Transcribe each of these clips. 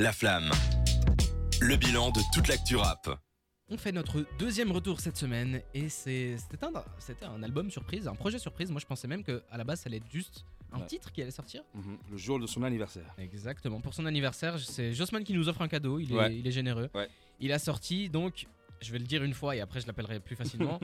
La Flamme. Le bilan de toute l'actu rap. On fait notre deuxième retour cette semaine et c'était un album surprise, un projet surprise. Moi je pensais même qu'à la base ça allait être juste un titre qui allait sortir. Le jour de son anniversaire. Exactement, pour son anniversaire, c'est Jossman qui nous offre un cadeau, il est généreux. Ouais. Il a sorti donc, je vais le dire une fois et après je l'appellerai plus facilement,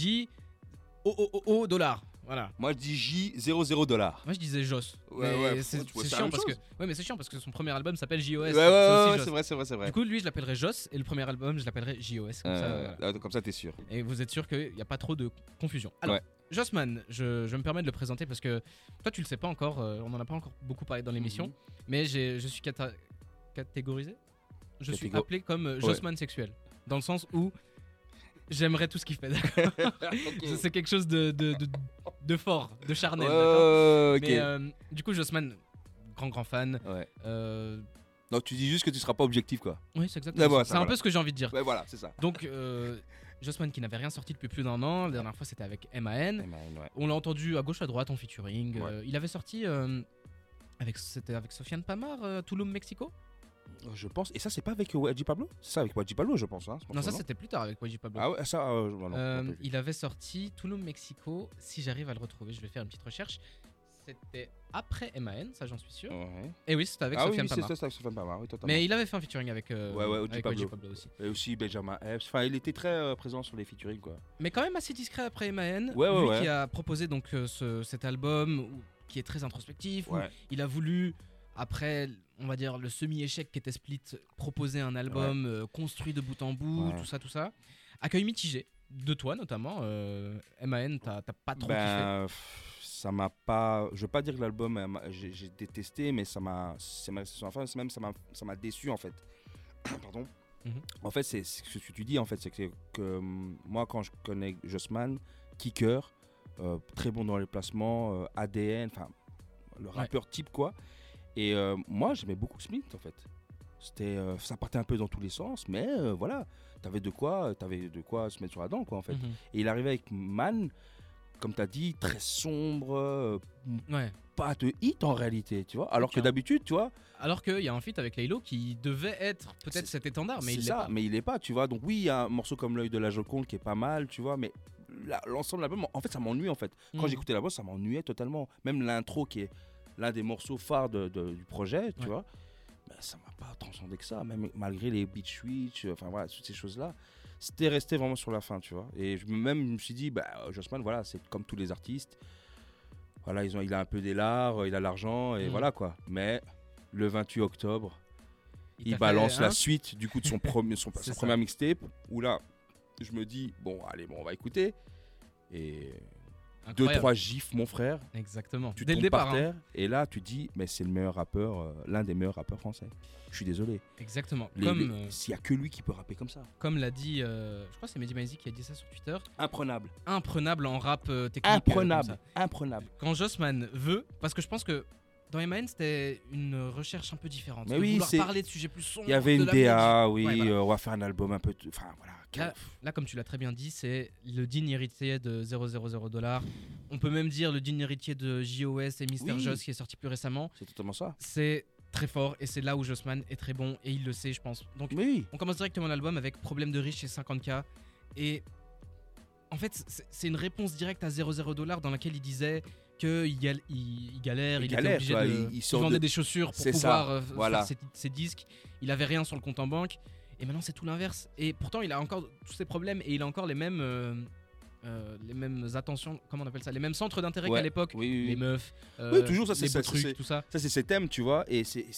J-O-O-O $. Voilà. Moi je dis J00 $. Moi je disais Joss. Ouais, c'est c'est la chiant même parce que chose. mais c'est chiant parce que son premier album s'appelle JOS. Ouais, c'est aussi Joss. c'est vrai. Du coup lui je l'appellerai Joss et le premier album je l'appellerai JOS Comme ça t'es sûr. Et vous êtes sûr qu'il n'y a pas trop de confusion. Alors, Jossman, je me permets de le présenter parce que toi tu le sais pas encore, on n'en a pas encore beaucoup parlé dans l'émission, mais je suis catégorisé. Je suis appelé comme Jossman sexuel, dans le sens où j'aimerais tout ce qu'il fait, d'accord. Okay. C'est quelque chose de fort, de charnel, d'accord. Okay. Mais du coup Jossman, grand fan. Ouais. Non, tu dis juste que tu seras pas objectif quoi. Oui, c'est exactement ça. C'est un peu ce que j'ai envie de dire. Ouais, voilà, c'est ça. Donc Jossman qui n'avait rien sorti depuis plus d'1 an. La dernière fois c'était avec MAN. Ouais. On l'a entendu à gauche à droite en featuring. Il avait sorti c'était avec Sofiane Pamar, Tulum Mexico. Je pense. Et ça c'est pas avec YG Pablo? C'est ça avec YG Pablo je pense. Non, ça c'était plus tard avec YG Pablo. Ah ouais, ça. Non, il avait sorti Tulum Mexico. Si j'arrive à le retrouver, je vais faire une petite recherche. C'était après MAN, ça j'en suis sûr. Ouais. Et oui, c'était avec Sofiane Pamar. C'était avec Sofiane Pamar, oui, totalement. Mais il avait fait un featuring avec YG Pablo aussi. Et aussi Benjamin Epps. Enfin, il était très présent sur les featuring quoi. Mais quand même assez discret après MAN. Lui qui a proposé donc cet album qui est très introspectif. Où il a voulu, après, on va dire, le semi-échec qu'était Split, proposer un album construit de bout en bout, tout ça. Accueil mitigé, de toi notamment. MAN, t'as pas trop kiffé. Ça m'a pas. Je veux pas dire que l'album j'ai détesté, mais ça m'a déçu en fait. Pardon. En fait, c'est ce que tu dis en fait, c'est que moi quand je connais Jossman, kicker, très bon dans les placements, ADN, enfin le rappeur type quoi. Et moi j'aimais beaucoup Split en fait. Ça partait un peu dans tous les sens, mais voilà, t'avais de quoi se mettre sur la dent quoi en fait. Et il arrivait avec Man. Comme tu as dit, très sombre, pas de hit en réalité, tu vois. Alors que d'habitude, tu vois. Alors qu'il y a un feat avec Laylo qui devait être peut-être cet étendard, mais il l'est pas. Mais il l'est pas, tu vois. Donc oui, il y a un morceau comme L'œil de la Joconde qui est pas mal, tu vois. Mais l'ensemble de l'album, en fait, ça m'ennuie en fait. Quand j'écoutais la voix, ça m'ennuyait totalement. Même l'intro qui est l'un des morceaux phares du projet, tu vois. Ben, ça m'a pas transcendé que ça, même malgré les beat switch, enfin voilà, toutes ces choses-là. C'était resté vraiment sur la fin, tu vois. Et je me suis dit, Jossman, voilà, c'est comme tous les artistes. Voilà, il a un peu des lards, il a l'argent, et voilà quoi. Mais le 28 octobre, il balance la suite du coup de son sa première mixtape. Où là, je me dis, on va écouter. Et 2-3 gifs, mon frère. Exactement. Tu dès tombes le départ, par terre, et là, tu dis, mais c'est le meilleur rappeur, l'un des meilleurs rappeurs français. Je suis désolé. Exactement. S'il y a que lui qui peut rapper comme ça. Comme l'a dit, je crois que c'est Mehdi Maizi qui a dit ça sur Twitter. Imprenable en rap technique. Imprenable. Quand Jossman veut, parce que je pense que dans MAN c'était une recherche un peu différente. Mais oui, vouloir parler de sujets plus sombres. Il y avait une DA, on va faire un album un peu. Enfin voilà. Là, comme tu l'as très bien dit, c'est le digne héritier de 000 $. On peut même dire le digne héritier de JOS et Mr. Joss qui est sorti plus récemment. C'est totalement ça. C'est très fort et c'est là où Jossman est très bon et il le sait, je pense. Donc on commence directement l'album avec Problème de riche et 50K. Et en fait, c'est une réponse directe à 000 $, dans laquelle il disait qu'il galère, il était obligé il vendait des chaussures pour pouvoir faire ses disques. Il avait rien sur le compte en banque. Et maintenant c'est tout l'inverse. Et pourtant il a encore tous ces problèmes et il a encore les mêmes attentions, comment on appelle ça, les mêmes centres d'intérêt qu'à l'époque. Les meufs, toujours ça, les beaux trucs, tout ça. Ça c'est ses thèmes, tu vois. Et c'est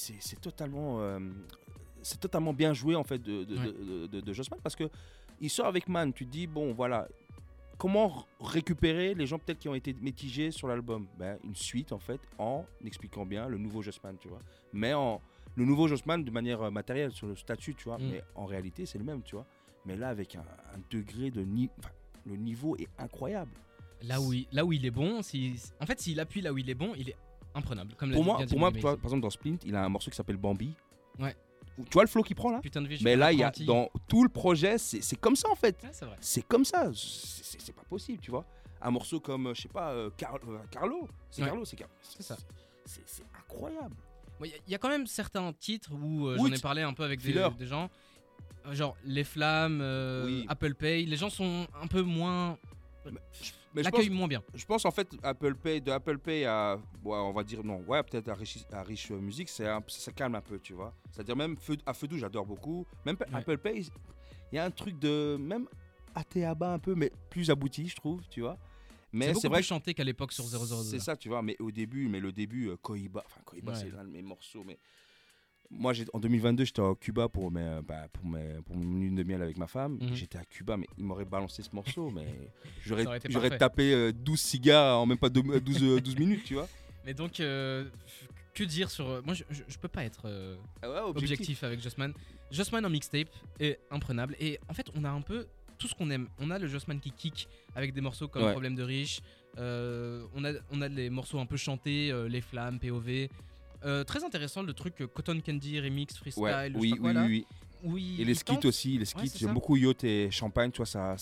totalement bien joué en fait de Jossman, parce que il sort avec Man. Tu te dis bon voilà, comment récupérer les gens peut-être qui ont été mitigés sur l'album. Une suite en fait, en expliquant bien le nouveau Jossman, tu vois. Mais le nouveau Jossman de manière matérielle sur le statut, tu vois. Mais en réalité c'est le même, tu vois. Mais là avec un degré le niveau est incroyable. Là où il est bon, en fait s'il appuie là où il est bon, il est imprenable. Comme pour moi, par exemple dans Splint, il a un morceau qui s'appelle Bambi. Ouais. Tu vois le flow qu'il prend là. Putain de vie, mais là il y a dans tout le projet, c'est comme ça en fait. Ouais, c'est vrai. C'est comme ça, c'est pas possible, tu vois. Un morceau comme je sais pas Carlo, c'est ça. C'est incroyable. Il y a quand même certains titres où j'en ai parlé un peu avec des gens, genre Les Flammes, Apple Pay. Les gens sont un peu moins. L'accueil moins bien. Je pense en fait Apple Pay à on va dire non, peut-être à Rich Music, ça calme un peu, tu vois. C'est-à-dire même à Feu Doux, j'adore beaucoup. Même Apple Pay, il y a un truc de même ATABA un peu, mais plus abouti, je trouve, tu vois. Mais c'est vrai plus chanté qu'à l'époque sur 002. C'est ça, tu vois. Mais le début, Koiba, c'est l'un de mes morceaux, mais. Moi, en 2022, j'étais à Cuba pour mon lune de miel avec ma femme. J'étais à Cuba, mais il m'aurait balancé ce morceau, mais j'aurais tapé 12 cigares en même pas 12 minutes, tu vois. Mais donc, que dire sur... Moi, je peux pas être objectif avec Jossman. Jossman en mixtape est imprenable. Et en fait, on a un peu tout ce qu'on aime. On a le Jossman qui kick avec des morceaux comme Problème de riche. On a les morceaux un peu chantés, Les Flammes, POV... très intéressant le truc Cotton Candy remix freestyle. Oui. Et les skits aussi, j'aime beaucoup Yacht et Champagne, tu vois, ça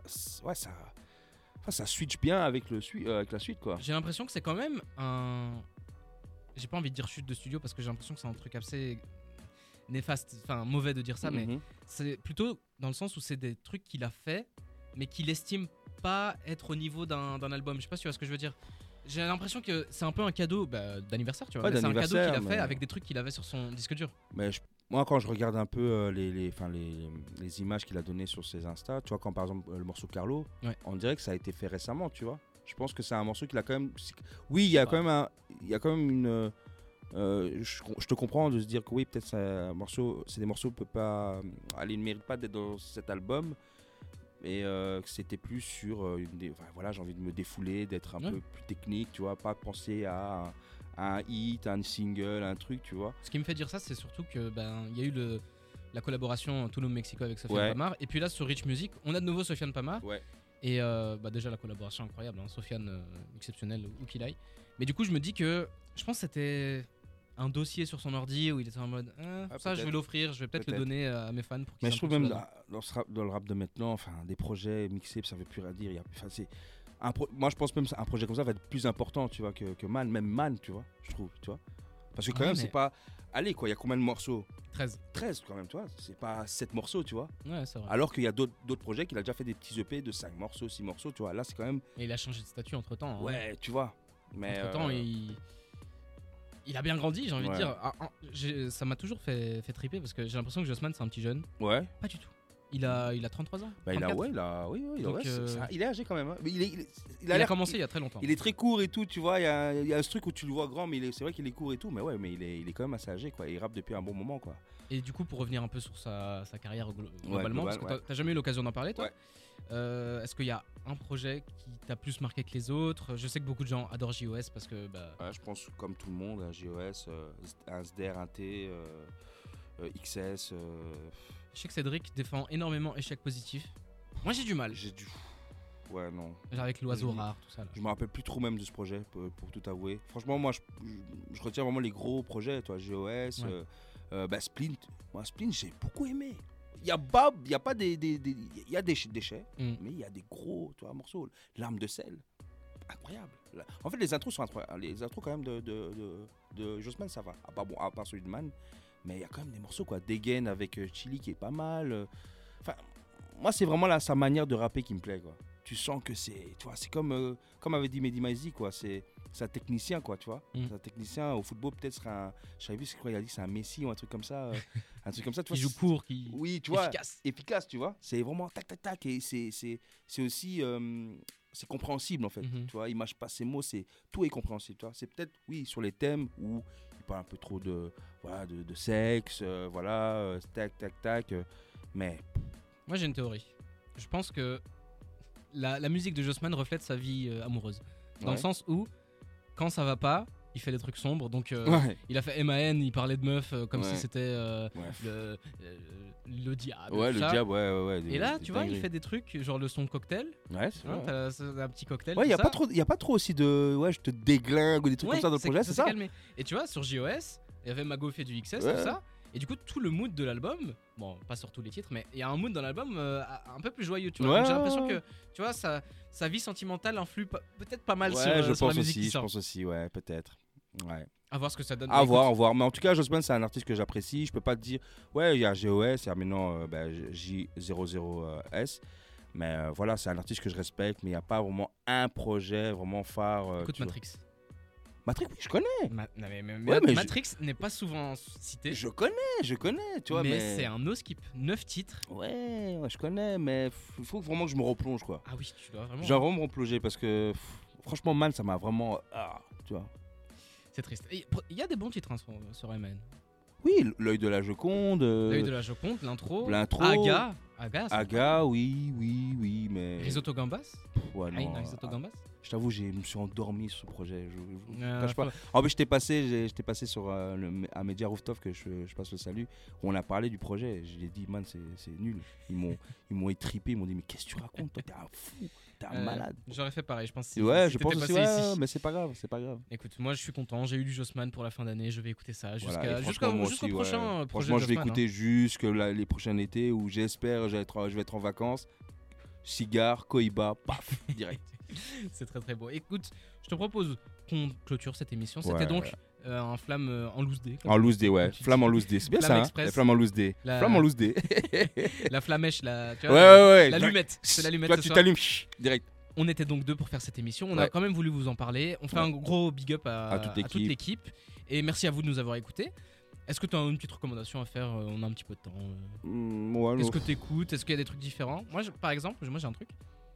switch bien avec la suite, quoi. J'ai l'impression que c'est quand même j'ai pas envie de dire chute de studio parce que j'ai l'impression que c'est un truc assez néfaste, enfin mauvais de dire ça, mais c'est plutôt dans le sens où c'est des trucs qu'il a fait mais qu'il estime pas être au niveau d'un album. Je sais pas si tu vois ce que je veux dire. J'ai l'impression que c'est un peu un cadeau d'anniversaire, tu vois. C'est un cadeau qu'il a fait avec des trucs qu'il avait sur son disque dur. Mais moi, quand je regarde un peu les images qu'il a données sur ses Insta, tu vois, quand par exemple le morceau Carlo, on dirait que ça a été fait récemment, tu vois. Je pense que c'est un morceau qu'il a quand même. Oui, il y a quand même une. Je te comprends de se dire que oui, peut-être c'est des morceaux qui ne méritent pas d'être dans cet album. Et que c'était plus sur j'ai envie de me défouler, d'être un peu plus technique, tu vois, pas penser à un hit, à un single, à un truc, tu vois. Ce qui me fait dire ça, c'est surtout que y a eu la collaboration Tulum Mexico avec Sofiane Pamar, et puis là sur Rich Music on a de nouveau Sofiane Pamar, et déjà la collaboration incroyable, hein, Sofiane exceptionnel où qu'il aille, mais du coup je me dis que je pense que c'était un dossier sur son ordi où il était en mode ça je vais l'offrir, je vais peut-être le donner à mes fans pour qu'ils. Mais je trouve même dans le rap de maintenant, enfin des projets mixés, ça veut plus rien dire. Moi je pense même un projet comme ça va être plus important, tu vois, que Man, même Man, tu vois, je trouve, tu vois. Parce que quand même c'est pas, allez quoi, il y a combien de morceaux? 13 quand même, tu vois, c'est pas 7 morceaux, tu vois. Ouais, c'est vrai. Alors qu'il y a d'autres projets qu'il a déjà fait des petits EP de 5 morceaux, 6 morceaux, tu vois. Là c'est quand même. Et il a changé de statut entre temps. Ouais, tu vois. Mais entre temps il a bien grandi, j'ai envie de dire. Ça m'a toujours fait triper parce que j'ai l'impression que Jossman c'est un petit jeune. Ouais. Pas du tout. Il a 33 ans. Il est âgé quand même. Hein. Mais il a commencé il y a très longtemps. Il est très court et tout, tu vois. Il y a ce truc où tu le vois grand, mais c'est vrai qu'il est court et tout. Mais il est quand même assez âgé, quoi. Il rappe depuis un bon moment, quoi. Et du coup, pour revenir un peu sur sa carrière globalement, parce que t'as jamais eu l'occasion d'en parler, toi. Est-ce qu'il y a un projet qui t'a plus marqué que les autres? Je sais que beaucoup de gens adorent JOS parce que je pense comme tout le monde, JOS, un SDR, un T, XS. Je sais que Cédric défend énormément échec positif. Moi j'ai du mal. Ouais, non. Genre avec l'oiseau rare, tout ça. Là. Je me rappelle plus trop même de ce projet, pour tout avouer. Franchement, moi je retiens vraiment les gros projets, toi, JOS, Splint. Moi, Splint, j'ai beaucoup aimé. Il y a pas des déchets, mais il y a des gros, tu vois, morceaux. L'arme de sel, incroyable. En fait, les intros sont incroyables. Les intros quand même de Jossman, ça va. À part celui de Man, mais il y a quand même des morceaux, quoi. Degen avec Chili qui est pas mal. Enfin, moi, c'est vraiment sa manière de rapper qui me plaît, quoi. Tu sens que c'est comme avait dit Mehdi Maizi, quoi. C'est un technicien, quoi, tu vois. C'est un technicien au football, peut-être j'avais vu, il a dit c'est un Messi ou un truc comme ça. Un truc comme ça, tu vois. Qui joue court, oui, tu vois, efficace, tu vois. C'est vraiment tac, tac, tac. Et c'est aussi c'est compréhensible, en fait. Tu vois, il mâche pas ses mots, tout est compréhensible, tu vois. C'est peut-être, oui, sur les thèmes où il parle un peu trop de sexe, tac, tac, tac. Mais. Moi, j'ai une théorie. Je pense que la musique de Jossman reflète sa vie amoureuse. Dans le sens où, quand ça va pas, il fait des trucs sombres. Donc, il a fait MAN, il parlait de meufs comme si c'était le diable. Ouais, le diable, ouais. Et là, tu vois, il fait des trucs, genre le son cocktail. Ouais, c'est vrai. T'as un petit cocktail. Ouais, il y a pas trop aussi de. Ouais, je te déglingue ou des trucs comme ça dans le projet, c'est ça? Calmé. Et tu vois, sur JOS, il y avait Mago fait du XS, tout ça. Et du coup, tout le mood de l'album, bon, pas sur tous les titres, mais il y a un mood dans l'album un peu plus joyeux, tu vois. Donc, j'ai l'impression que, tu vois, sa vie sentimentale influe peut-être pas mal sur la musique qui sort. Je pense aussi, ouais, peut-être. Ouais. À voir ce que ça donne. À voir. Mais en tout cas, Jossman, c'est un artiste que j'apprécie. Je peux pas te dire, ouais, il y a GOS, il y a maintenant J00S. Mais voilà, c'est un artiste que je respecte, mais il n'y a pas vraiment un projet vraiment phare. Écoute Matrix. Matrix, oui, je connais. Matrix n'est pas souvent cité. Je connais, tu vois. Mais c'est un no skip, 9 titres. Ouais, je connais, mais il faut vraiment que je me replonge, quoi. Ah oui, tu dois vraiment. Je dois vraiment me replonger parce que, franchement, Man, ça m'a vraiment. Tu vois. C'est triste. Il y a des bons titres sur MN. Oui, l'œil de la Joconde. L'œil de la Joconde, l'intro. Aga, oui, mais. Risotto Gambas. Ouais, non. Risotto Gambas. Je t'avoue, je me suis endormi sur ce projet. Je cache pas. En fait, j'étais passé sur un média Rooftop que je passe le salut. Où on a parlé du projet. Je lui ai dit, man, c'est nul. Ils m'ont étripé. Ils m'ont dit, mais qu'est-ce que tu racontes? Toi, t'es un fou. T'es un malade. J'aurais fait pareil, je pense. Je pense aussi. Ouais, mais c'est pas grave. Écoute, moi, je suis content. J'ai eu du Jossman pour la fin d'année. Je vais écouter ça jusqu'au prochain projet. Franchement, je vais écouter jusqu'à les prochains étés où j'espère je vais être en vacances. Cigare, Cohiba, paf, direct. C'est très très beau. Écoute, je te propose qu'on clôture cette émission. C'était donc un flamme en loose day. En loose day, ouais. Flamme en loose day. C'est bien ça, la flamme en loose day. Flamme en loose day. La flamèche, tu vois, ouais. l'allumette. C'est l'allumette. Toi, tu t'allumes direct. On était donc 2 pour faire cette émission. On a quand même voulu vous en parler. On fait un gros big up à toute l'équipe. Et merci à vous de nous avoir écoutés. Est-ce que tu as une petite recommandation à faire? On a un petit peu de temps. Est-ce que tu écoutes? Est-ce qu'il y a des trucs différents? Par exemple, j'ai un truc.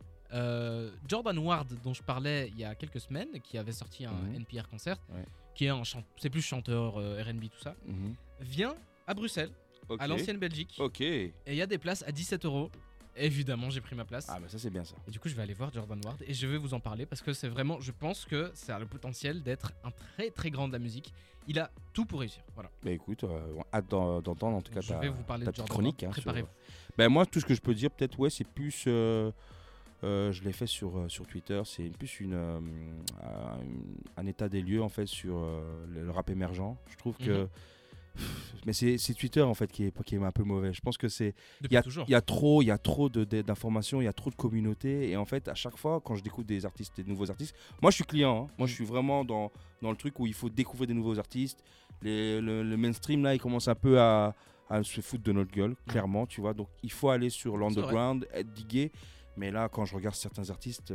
Jordan Ward, dont je parlais il y a quelques semaines, qui avait sorti un NPR concert, qui est c'est plus chanteur R&B, tout ça, vient à Bruxelles, à l'ancienne Belgique. Et il y a des places à 17€. Évidemment, j'ai pris ma place. Ah, mais ça, c'est bien ça. Et du coup, je vais aller voir Jordan Ward et je vais vous en parler parce que c'est vraiment, je pense que ça a le potentiel d'être un très très grand de la musique. Il a tout pour réussir. Voilà. Bah écoute, hâte d'entendre en tout cas je vais vous parler de Jordan chronique. Ward. Préparez-vous. Moi, tout ce que je peux dire, peut-être, c'est plus. Je l'ai fait sur Twitter. C'est plus un état des lieux en fait sur le rap émergent. Je trouve que. Mais c'est Twitter en fait qui est un peu mauvais. Je pense que c'est il y a trop d'informations, il y a trop de communautés et en fait à chaque fois quand je découvre des nouveaux artistes, moi je suis client, moi je suis vraiment dans le truc où il faut découvrir des nouveaux artistes. Le mainstream là il commence un peu à se foutre de notre gueule, clairement, tu vois. Donc il faut aller sur l'underground, être digué. Mais là quand je regarde certains artistes,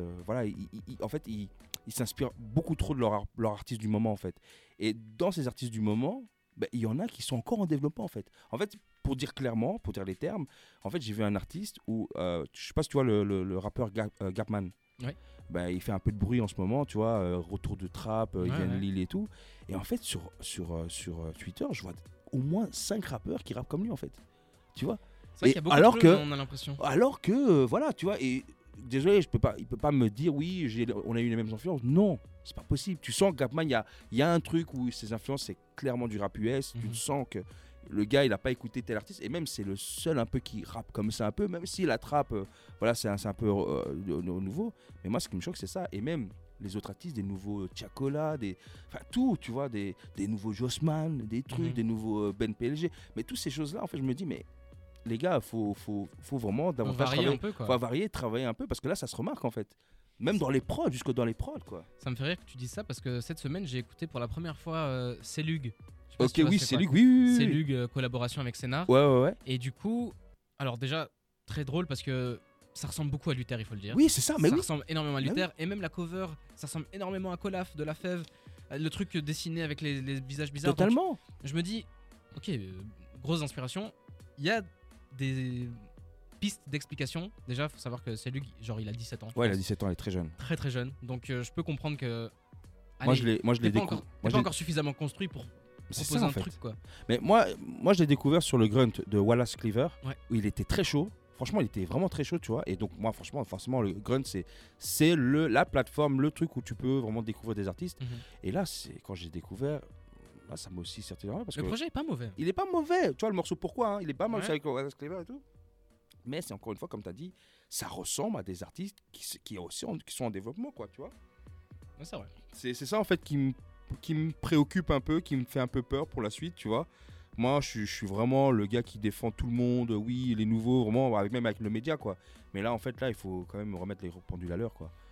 en fait ils s'inspirent beaucoup trop de leur artiste du moment en fait. Et dans ces artistes du moment, il y en a qui sont encore en développement en fait. En fait, pour dire clairement, pour dire les termes, en fait, j'ai vu un artiste où, je sais pas si tu vois le rappeur Gapman. Ouais. Il fait un peu de bruit en ce moment, tu vois, retour de trap, il vient de Lille et tout. Et en fait, sur Twitter, je vois au moins 5 rappeurs qui rappent comme lui en fait. Tu vois. C'est vrai qu'il y a beaucoup de choses, on a l'impression. Alors que, voilà, tu vois, et désolé, il peut pas me dire oui, on a eu les mêmes influences. Non, c'est pas possible. Tu sens que Gapman, il y a un truc où ses influences, c'est clairement du rap US. Tu sens que le gars, il a pas écouté tel artiste. Et même, c'est le seul un peu qui rappe comme ça un peu. Même si la trappe, voilà, c'est un peu nouveau. Mais moi, ce qui me choque, c'est ça. Et même les autres artistes, des nouveaux Tiakola, tout, tu vois, des nouveaux Jossman, des trucs, des nouveaux Ben PLG. Mais toutes ces choses-là, en fait, je me dis, mais les gars, faut vraiment davantage varier un peu, quoi. Faut varier, travailler un peu parce que là ça se remarque en fait. Même dans les prods, jusque dans les prods quoi. Ça me fait rire que tu dises ça parce que cette semaine j'ai écouté pour la première fois Célug. Ok, oui, Célug, oui. Célug, collaboration avec Sénat. Ouais. Et du coup, alors déjà très drôle parce que ça ressemble beaucoup à Luther, il faut le dire. Oui, c'est ça, mais ça ressemble énormément à Luther et même la cover, ça ressemble énormément à Colaf de La Fève, le truc dessiné avec les visages bizarres. Totalement. Donc, je me dis, ok, grosse inspiration. Il y a des pistes d'explication. Déjà, faut savoir que c'est lui, genre il a 17 ans. Ouais, il a 17 ans, il est très jeune. Très très jeune. Donc je peux comprendre que. Allez, moi je l'ai découvert. Pas encore suffisamment construit pour proposer un truc quoi. Mais moi je l'ai découvert sur le Grunt de Wallace Cleaver, où il était très chaud. Franchement, il était vraiment très chaud, tu vois. Et donc moi, franchement, forcément, le Grunt, c'est la plateforme, le truc où tu peux vraiment découvrir des artistes. Et là, c'est quand j'ai découvert. Là, ça m'a aussi certainement parce le projet est pas mauvais. Il est pas mauvais. Tu vois le morceau pourquoi il est pas mal avec Wallace Cleaver et tout. Mais c'est encore une fois comme tu as dit, ça ressemble à des artistes qui sont en développement quoi, tu vois. Ouais, c'est vrai. C'est ça en fait qui me préoccupe un peu, qui me fait un peu peur pour la suite, tu vois. Moi, je suis vraiment le gars qui défend tout le monde, oui, les nouveaux, vraiment même avec le média quoi. Mais là en fait il faut quand même remettre les pendules à l'heure quoi.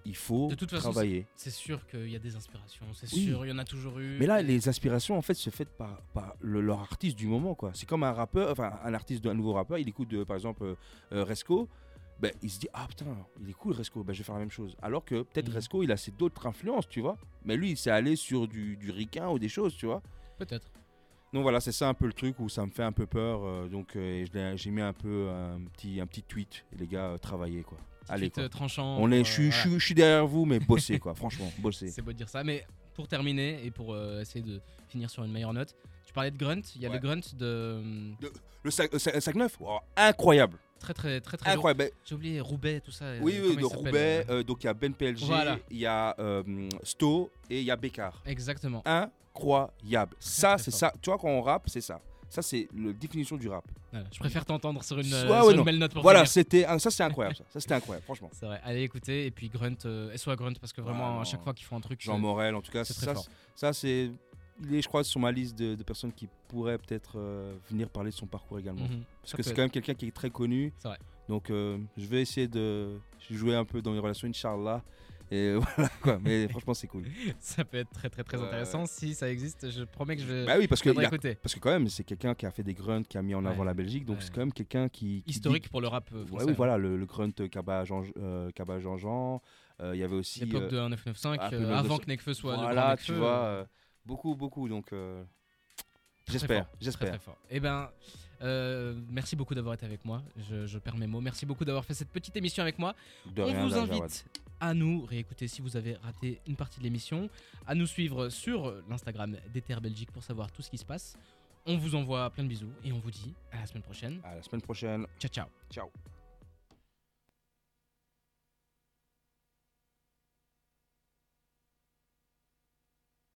il faut travailler. C'est sûr qu'il y a des inspirations, c'est sûr, il y en a toujours eu. Mais là, les inspirations, en fait, se font par leur artiste du moment, quoi. C'est comme un rappeur, enfin, un artiste d'un nouveau rappeur, il écoute, par exemple, Resco, ben, il se dit, ah putain, il est cool Resco, ben, je vais faire la même chose. Alors que peut-être Resco, il a d'autres influences, tu vois. Mais lui, il s'est allé sur du Ricain ou des choses, tu vois. Peut-être. Donc voilà, c'est ça un peu le truc où ça me fait un peu peur. Donc j'ai mis un peu un petit tweet. Et les gars, travaillez, quoi. Allez, quoi. Tranchant. Je suis derrière vous, mais bossez, quoi. Franchement, bossez. C'est beau de dire ça, mais pour terminer et pour essayer de finir sur une meilleure note, tu parlais de Grunt. Il y a le Grunt le 5-9, wow, incroyable. Très incroyable. J'ai oublié Roubaix, tout ça. Oui, de Roubaix. Donc il y a Ben PLG, il y a Sto et il y a Bécard. Exactement. Incroyable. Ça, c'est ça. Tu vois, quand on rappe, c'est ça. Ça, c'est la définition du rap. Voilà, je préfère t'entendre sur une belle note pour voilà, ça c'était incroyable. Ça c'était incroyable, franchement. C'est vrai. Allez écouter et puis Grunt, SO à Grunt parce que vraiment à chaque fois qu'ils font un truc. Jean Morel, en tout cas, ça c'est. Il est, je crois, sur ma liste de personnes qui pourraient peut-être venir parler de son parcours également. Parce que c'est quand même quelqu'un qui est très connu. C'est vrai. Donc je vais essayer de jouer un peu dans les relations, Inch'Allah. Et voilà quoi, mais franchement c'est cool. Ça peut être très intéressant si ça existe. Je promets que je vais. Bah oui, parce que quand même c'est quelqu'un qui a fait des grunts, qui a mis en avant la Belgique, donc c'est quand même quelqu'un qui historique pour le rap français. Oui, voilà, le grunt Kaba Jean-Jean. Il y avait aussi l'époque de 1995 avant que Nekfeu soit voilà, le grand tu vois, beaucoup donc j'espère. Très fort. Eh ben merci beaucoup d'avoir été avec moi. Je perds mes mots. Merci beaucoup d'avoir fait cette petite émission avec moi. On vous invite à nous réécouter si vous avez raté une partie de l'émission, à nous suivre sur l'Instagram d'Ether Belgique pour savoir tout ce qui se passe. On vous envoie plein de bisous et on vous dit à la semaine prochaine. À la semaine prochaine. Ciao. Ciao.